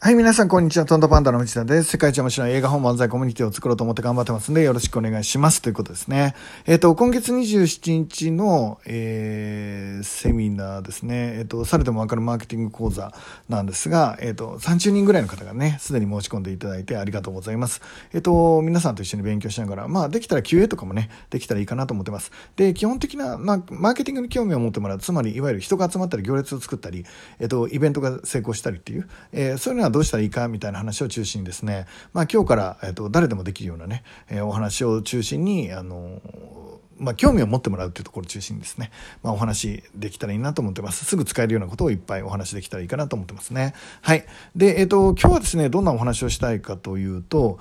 はい、皆さん、こんにちは。トントパンダの藤田です。世界一面白い映画本漫才コミュニティを作ろうと思って頑張ってますんで、よろしくお願いします。ということですね。今月27日の、セミナーですね。されてもわかるマーケティング講座なんですが、30人ぐらいの方がね、すでに申し込んでいただいてありがとうございます。皆さんと一緒に勉強しながら、できたら QA とかもね、できたらいいかなと思ってます。で、基本的な、マーケティングに興味を持ってもらう、つまり、いわゆる人が集まったり、行列を作ったり、イベントが成功したりっていう、そういうのはどうしたらいいかみたいな話を中心にですね、今日から、誰でもできるようなね、お話を中心に興味を持ってもらうというところを中心にですね、お話できたらいいなと思ってます。すぐ使えるようなことをいっぱいお話できたらいいかなと思ってますね。はい。で、今日はですね、どんなお話をしたいかというと、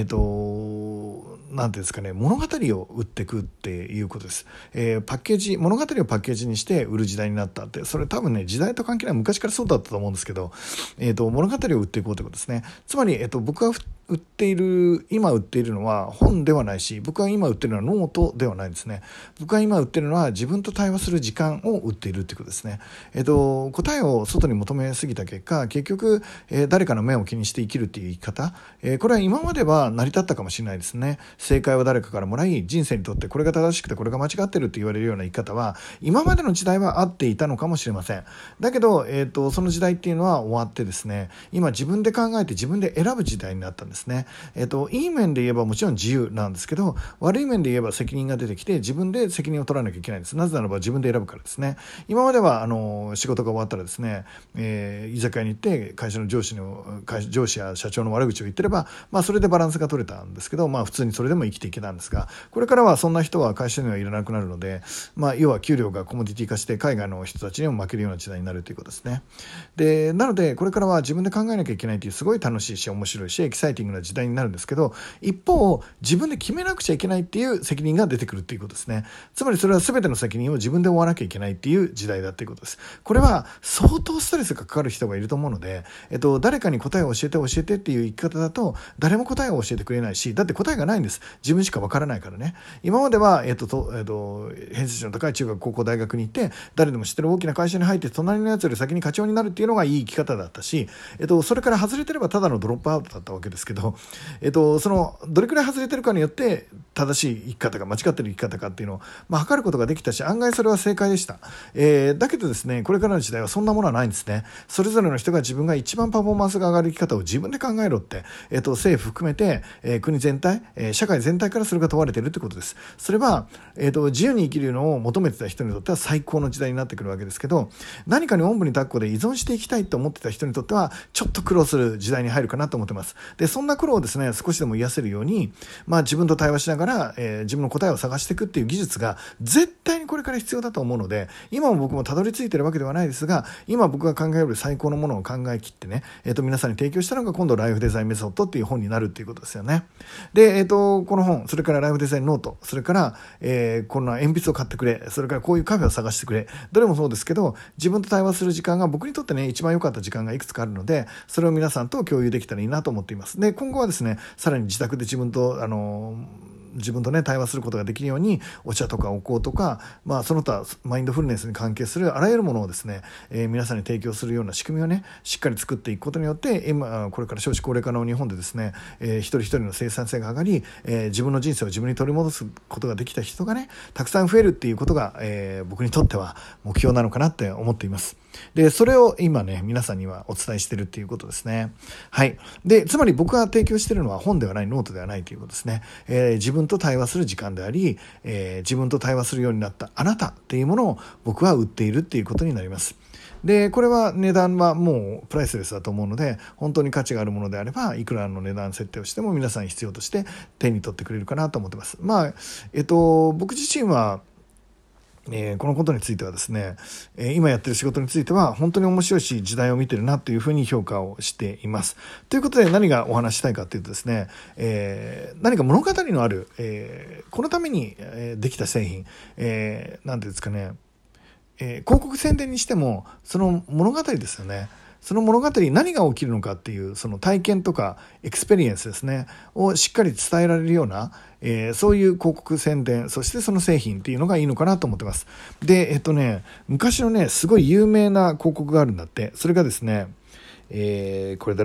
なんていうんですかね、物語を売っていくっていうことです。パッケージ、物語をパッケージにして売る時代になったって、それ多分ね、時代と関係ない昔からそうだったと思うんですけど、物語を売っていこうということですね。つまり、僕が今売っているのは本ではないし、僕が今売っているのはノートではないんですね。僕が今売っているのは自分と対話する時間を売っているということですね。答えを外に求めすぎた結果、結局、誰かの目を気にして生きるっていう生き方、これは今までは成り立ったかもしれないですね。正解を誰かからもらい、人生にとってこれが正しくてこれが間違ってるって言われるような生き方は、今までの時代は合っていたのかもしれません。だけど、その時代っていうのは終わってですね、今自分で考えて自分で選ぶ時代になったんですね。いい面で言えばもちろん自由なんですけど、悪い面で言えば責任が出てきて自分で責任を取らなきゃいけないんです。なぜならば自分で選ぶからですね。今までは仕事が終わったらですね、居酒屋に行って会社の上司や社長の悪口を言ってれば、それでバランスが取れたんですけど、普通にそれでも生きていけたんですが、これからはそんな人は会社にはいらなくなるので、要は給料がコモディティ化して海外の人たちにも負けるような時代になるということですね。で、なのでこれからは自分で考えなきゃいけないというすごい楽しいし面白いしエキサイティングな時代になるんですけど、一方自分で決めなくちゃいけないっていう責任が出てくるっていうことですね。つまりそれは全ての責任を自分で負わなきゃいけないっていう時代だっていうことです。これは相当ストレスがかかる人がいると思うので、誰かに答えを教えてっていう生き方だと誰も答えを教えてくれないし、だって答えがないんです。自分しかわからないからね。今までは偏差値の高い中学高校大学に行って誰でも知ってる大きな会社に入って隣のやつより先に課長になるっていうのがいい生き方だったし、それから外れてればただのドロップアウトだったわけですけど、そのどれくらい外れてるかによって正しい生き方か間違ってる生き方かっていうのを、測ることができたし、案外それは正解でした。だけどですね、これからの時代はそんなものはないんですね。それぞれの人が自分が一番パフォーマンスが上がる生き方を自分で考えろって、政府含めて、国全体、社会全体からそれが問われているということです。それは、自由に生きるのを求めてた人にとっては最高の時代になってくるわけですけど、何かにおんぶに抱っこで依存していきたいと思ってた人にとってはちょっと苦労する時代に入るかなと思ってます。で、そんな苦労をですね、少しでも癒せるように、自分と対話しながら、自分の答えを探していくっていう技術が絶対にこれから必要だと思うので、今も僕もたどり着いてるわけではないですが、今僕が考える最高のものを考えきってね、皆さんに提供したのが今度ライフデザインメソッドっていう本になるっていうことですよね。で、この本、それからライフデザインノート、それから、こんな鉛筆を買ってくれ、それからこういうカフェを探してくれ、どれもそうですけど、自分と対話する時間が僕にとってね、一番良かった時間がいくつかあるので、それを皆さんと共有できたらいいなと思っています。で、今後はですね、さらに自宅で自分とね対話することができるようにお茶とかお香とか、その他マインドフルネスに関係するあらゆるものをですね、皆さんに提供するような仕組みをねしっかり作っていくことによって、今これから少子高齢化の日本でですね、一人一人の生産性が上がり、自分の人生を自分に取り戻すことができた人がねたくさん増えるっていうことが、僕にとっては目標なのかなって思っています。で、それを今ね皆さんにはお伝えしているっていうことですね。はい。で、つまり僕が提供しているのは本ではない、ノートではないということですね。自分と対話する時間であり、自分と対話するようになったあなたっていうものを僕は売っているっていうことになります。で、これは値段はもうプライスレスだと思うので、本当に価値があるものであればいくらの値段設定をしても皆さん必要として手に取ってくれるかなと思ってます。僕自身はこのことについてはですね、今やってる仕事については本当に面白いし時代を見てるなというふうに評価をしています。ということで何がお話したいかというとですね、何か物語のある、このために、できた製品、なんていうんですかね、広告宣伝にしてもその物語ですよね。その物語に何が起きるのかっていうその体験とかエクスペリエンスですねをしっかり伝えられるような、そういう広告宣伝、そしてその製品っていうのがいいのかなと思ってます。で、昔のねすごい有名な広告があるんだって。それがですね、これだな、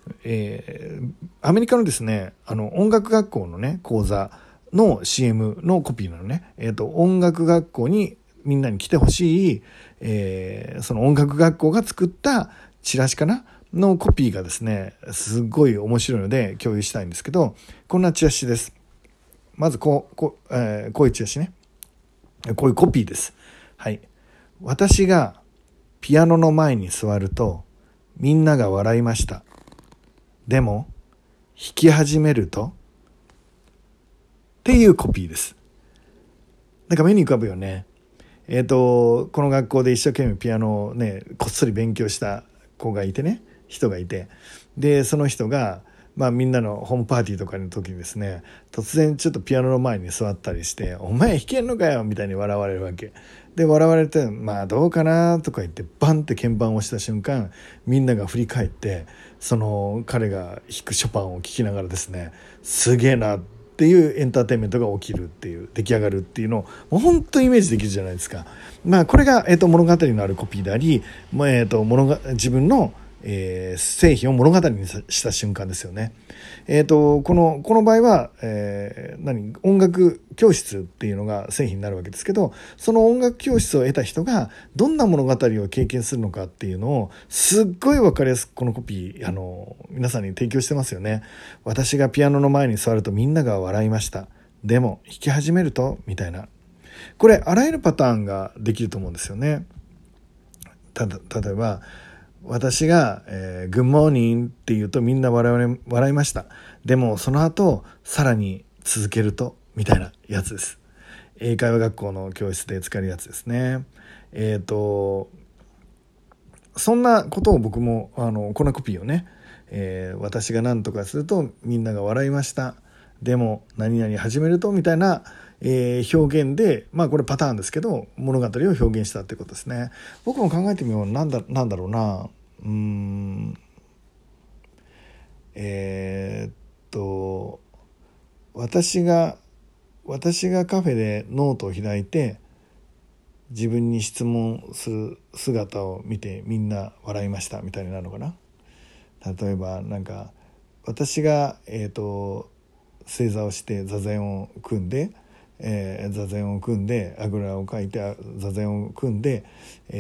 アメリカのですね、音楽学校のね、講座の CM のコピーなのね。音楽学校にみんなに来てほしい、その音楽学校が作ったチラシかなのコピーがですね、すっごい面白いので共有したいんですけど、こんなチラシです。まずこういうチラシね。こういうコピーです。はい。私がピアノの前に座るとみんなが笑いました。でも弾き始めるとっていうコピーです。なんか目に浮かぶよね。この学校で一生懸命ピアノをね、こっそり勉強した子がいてね、人がいて、でその人がみんなのホームパーティーとかの時にですね、突然ちょっとピアノの前に座ったりして「お前弾けんのかよ」みたいに笑われるわけで、笑われてどうかなとか言ってバンって鍵盤を押した瞬間、みんなが振り返ってその彼が弾くショパンを聴きながらですね、すげえなっていうエンターテインメントが起きるっていう、出来上がるっていうのをもう本当にイメージできるじゃないですか。これが、物語のあるコピーであり、自分の製品を物語にした瞬間ですよね。この場合は、音楽教室っていうのが製品になるわけですけど、その音楽教室を得た人がどんな物語を経験するのかっていうのをすっごい分かりやすくこのコピー皆さんに提供してますよね。私がピアノの前に座るとみんなが笑いました。でも弾き始めるとみたいな、これあらゆるパターンができると思うんですよね。例えば私が、Good morning って言うとみんな笑いました。でもその後さらに続けるとみたいなやつです。英会話学校の教室で使えるやつですね。そんなことを僕もこのコピーをね、私が何とかするとみんなが笑いました。でも何々始めるとみたいな、表現でこれパターンですけど物語を表現したってことですね。僕も考えてみよう。なんだろうな。私がカフェでノートを開いて自分に質問する姿を見てみんな笑いましたみたいになるのかな。例えば私が正座をして座禅を組んであぐらをかいて座禅を組んで、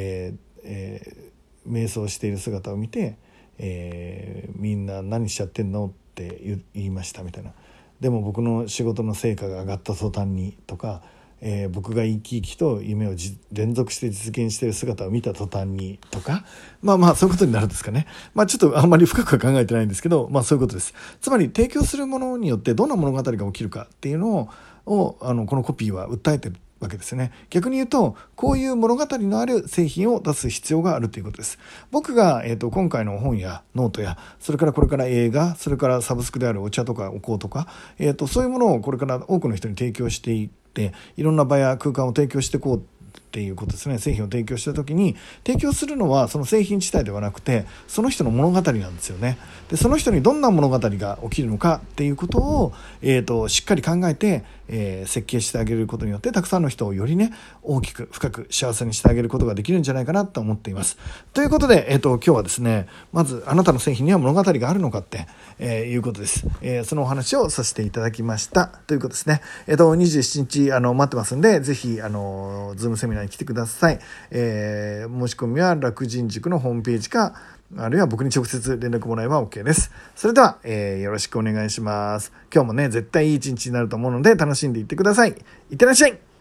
瞑想している姿を見て、みんな何しちゃってんのって言いましたみたいな。でも僕の仕事の成果が上がった途端にとか、僕が生き生きと夢を連続して実現している姿を見た途端にとか、そういうことになるんですかね。ちょっとあんまり深くは考えてないんですけど、そういうことです。つまり提供するものによってどんな物語が起きるかっていうのをこのコピーは訴えてるわけですね。逆に言うとこういう物語のある製品を出す必要があるということです。僕が、今回の本やノートやそれからこれから映画、それからサブスクであるお茶とかお香とか、そういうものをこれから多くの人に提供していっていろんな場や空間を提供していこうっていうことですね。製品を提供した時に提供するのはその製品自体ではなくてその人の物語なんですよね。でその人にどんな物語が起きるのかっていうことを、しっかり考えて、設計してあげることによってたくさんの人をよりね大きく深く幸せにしてあげることができるんじゃないかなと思っています。ということで、今日はですね、まずあなたの製品には物語があるのかって、いうことです。そのお話をさせていただきましたということですね。27日待ってますんで、ぜひズームセミナーに来てください。申し込みは楽人塾のホームページかあるいは僕に直接連絡もらえば OK です。それでは、よろしくお願いします。今日もね絶対いい一日になると思うので楽しんでいってください。いってらっしゃい。